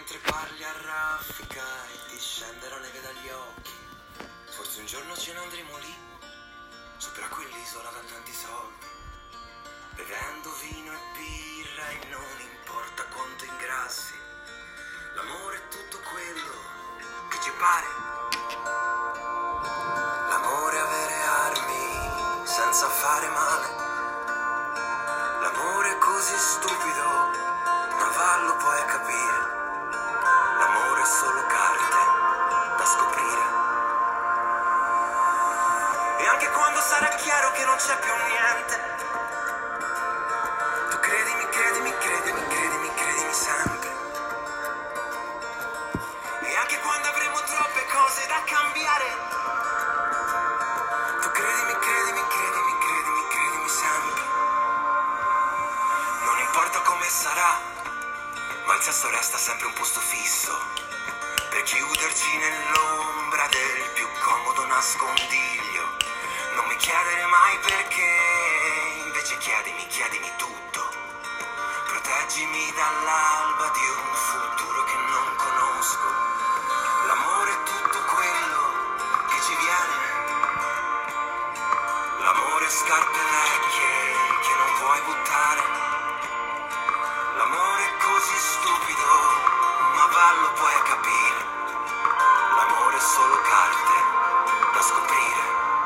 mentre parli a raffica e ti scende la neve dagli occhi. Forse un giorno ce ne andremo lì, sopra quell'isola da tanti soldi, bevendo vino e birra e non importa quanto ingrassi. L'amore è tutto quello che ci pare. L'amore è avere armi senza fare male. L'amore è così stupido, ma vallo puoi capire. L'amore è solo carte da scoprire. E anche quando sarà chiaro che non c'è più niente, tu credimi, credimi, credimi, credimi, credimi sempre. E anche quando avremo troppe cose da cambiare, tu credimi, credimi, credimi, credimi, credimi sempre. Non importa come sarà, ma il sesso resta sempre un posto fisso, per chiuderci nell'ombra del più comodo nascondiglio. Non mi chiedere mai perché, invece chiedimi, chiedimi tutto. Proteggimi dall'alba di un futuro che non conosco. L'amore è tutto quello che ci viene. L'amore è scarpe vecchie che non puoi buttare. L'amore è così stupido, ma vallo puoi capire. L'amore è solo carte da scoprire.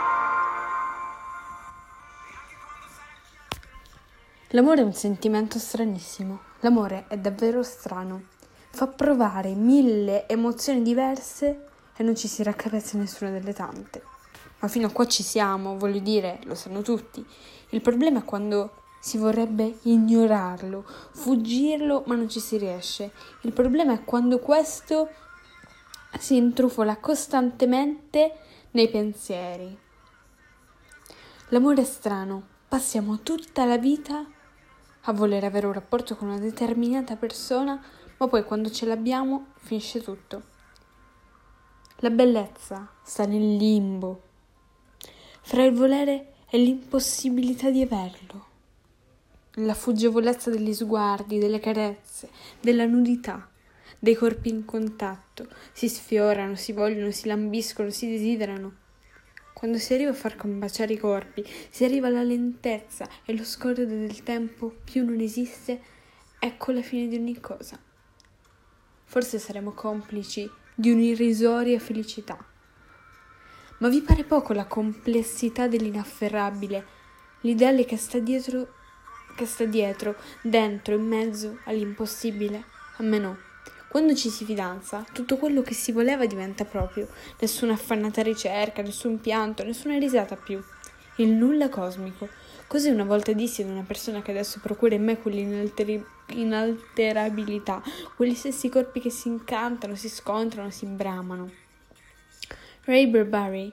L'amore è un sentimento stranissimo. L'amore è davvero strano. Fa provare 1000 emozioni diverse e non ci si raccarezza nessuna delle tante. Ma fino a qua ci siamo, voglio dire, lo sanno tutti. Il problema è quando si vorrebbe ignorarlo, fuggirlo, ma non ci si riesce. Il problema è quando questo si intrufola costantemente nei pensieri. L'amore è strano. Passiamo tutta la vita a voler avere un rapporto con una determinata persona, ma poi quando ce l'abbiamo finisce tutto. La bellezza sta nel limbo, fra il volere e l'impossibilità di averlo. La fuggevolezza degli sguardi, delle carezze, della nudità, dei corpi in contatto. Si sfiorano, si vogliono, si lambiscono, si desiderano. Quando si arriva a far combaciare i corpi, si arriva alla lentezza e lo scorrere del tempo più non esiste, ecco la fine di ogni cosa. Forse saremo complici di un'irrisoria felicità. Ma vi pare poco la complessità dell'inafferrabile, l'ideale che sta dietro, dentro, in mezzo all'impossibile? A me no. Quando ci si fidanza, tutto quello che si voleva diventa proprio. Nessuna affannata ricerca, nessun pianto, nessuna risata più. Il nulla cosmico. Così una volta dissi ad una persona che adesso procura in me quell'inalterabilità, quegli stessi corpi che si incantano, si scontrano, si bramano. Ray Bradbury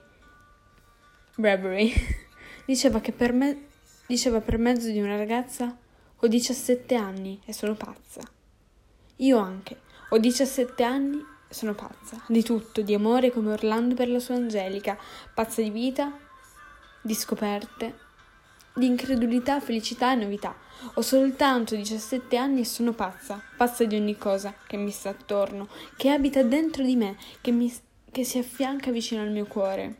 diceva per mezzo di una ragazza: ho 17 anni e sono pazza. Io anche. Ho 17 anni, sono pazza, di tutto, di amore come Orlando per la sua Angelica, pazza di vita, di scoperte, di incredulità, felicità e novità. Ho soltanto 17 anni e sono pazza di ogni cosa che mi sta attorno, che abita dentro di me, che si affianca vicino al mio cuore.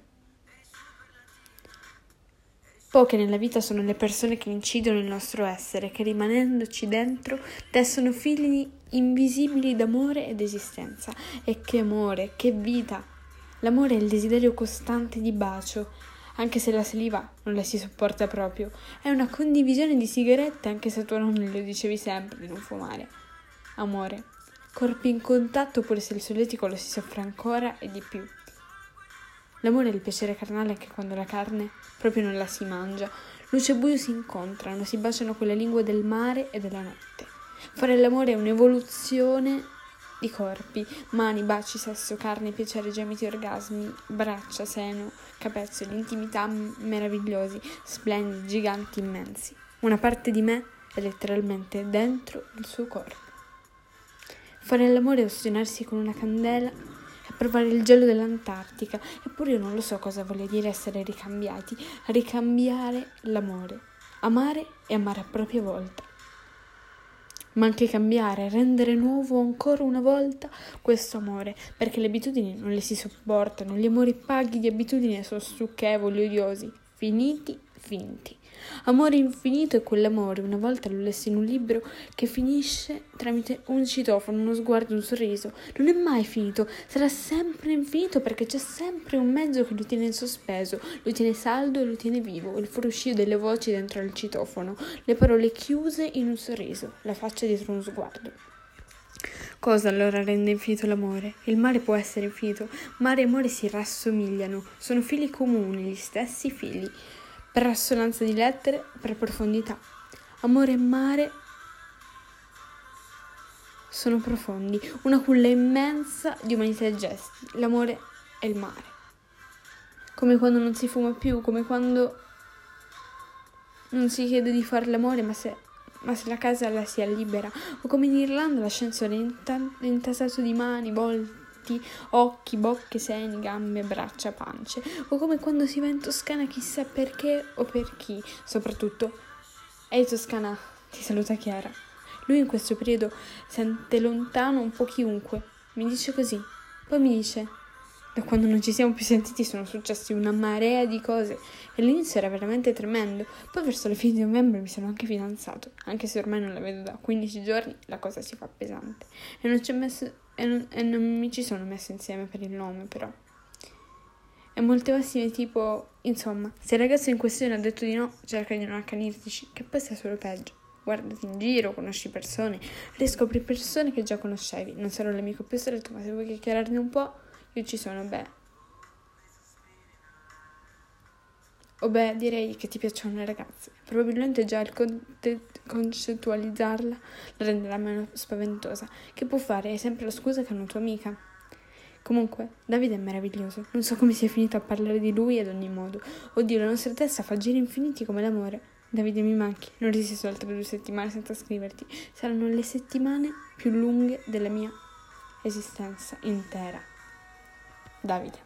Poche nella vita sono le persone che incidono il nostro essere, che rimanendoci dentro tessono fili invisibili d'amore ed esistenza. E che amore, che vita! L'amore è il desiderio costante di bacio, anche se la saliva non la si sopporta proprio. È una condivisione di sigarette, anche se tuo nonno le dicevi sempre di non fumare. Amore, corpi in contatto pure se il solletico lo si soffre ancora e di più. L'amore è il piacere carnale anche quando la carne proprio non la si mangia. Luce e buio si incontrano, si baciano con la lingua del mare e della notte. Fare l'amore è un'evoluzione di corpi, mani, baci, sesso, carne, piacere, gemiti, orgasmi, braccia, seno, capezzoli, intimità meravigliosi, splendidi, giganti, immensi. Una parte di me è letteralmente dentro il suo corpo. Fare l'amore è ostinarsi con una candela e provare il gelo dell'Antartica. Eppure io non lo so cosa voglia dire essere ricambiati, ricambiare l'amore, amare e amare a propria volta. ma anche cambiare, rendere nuovo ancora una volta questo amore, perché le abitudini non le si sopportano, gli amori paghi di abitudini sono stucchevoli, odiosi, finiti. Amore infinito è quell'amore, una volta lo lessi in un libro, che finisce tramite un citofono, uno sguardo, un sorriso. Non è mai finito, sarà sempre infinito, perché c'è sempre un mezzo che lo tiene in sospeso, lo tiene saldo e lo tiene vivo, il fruscio delle voci dentro il citofono, le parole chiuse in un sorriso, la faccia dietro uno sguardo. Cosa allora rende infinito l'amore? Il mare può essere infinito, mare e amore si rassomigliano, sono fili comuni, gli stessi fili, per assonanza di lettere, per profondità. Amore e mare sono profondi, una culla immensa di umanità e gesti, l'amore e il mare. Come quando non si fuma più, come quando non si chiede di fare l'amore, ma se la casa la si è libera, o come in Irlanda l'ascensore intasato di mani, volti, occhi, bocche, seni, gambe, braccia, pance, o come quando si va in Toscana chissà perché o per chi, soprattutto. Ehi Toscana, ti saluta Chiara. Lui in questo periodo sente lontano un po' chiunque, mi dice così, poi mi dice: da quando non ci siamo più sentiti sono successe una marea di cose e all'inizio era veramente tremendo, poi verso la fine di novembre mi sono anche fidanzato, anche se ormai non la vedo da 15 giorni, la cosa si fa pesante e non mi ci sono messo insieme per il nome, però. E molte massime tipo, insomma, se il ragazzo in questione ha detto di no, cerca di non accanirtici, che poi sia solo peggio. Guardati in giro, conosci persone, riscopri persone che già conoscevi, non sarò l'amico più stretto, ma se vuoi chiacchierarne un po', io ci sono, direi che ti piacciono le ragazze. Probabilmente già il concettualizzarla la renderà meno spaventosa. Che può fare? Hai sempre la scusa che è una tua amica. Comunque, Davide è meraviglioso. Non so come sia finito a parlare di lui ad ogni modo. Oddio, la nostra testa fa giri infiniti come l'amore. Davide, mi manchi. Non resisto altre 2 settimane senza scriverti. Saranno le settimane più lunghe della mia esistenza intera. Davide.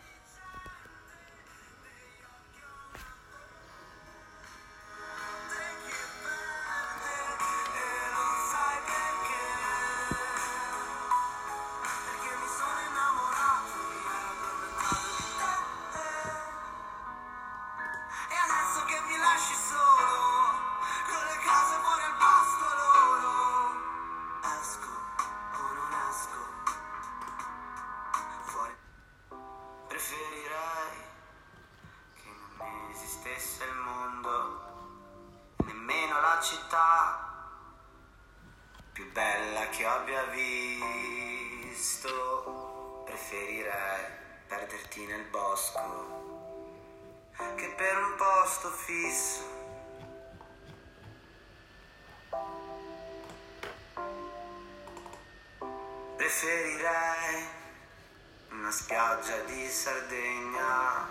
Preferirei che non esistesse il mondo, nemmeno la città più bella che abbia visto. Preferirei perderti nel bosco che per un posto fisso. Preferirei una spiaggia di Sardegna.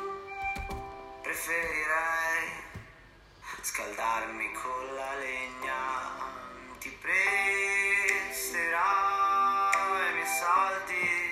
Preferirei scaldarmi con la legna. Ti presterò i miei soldi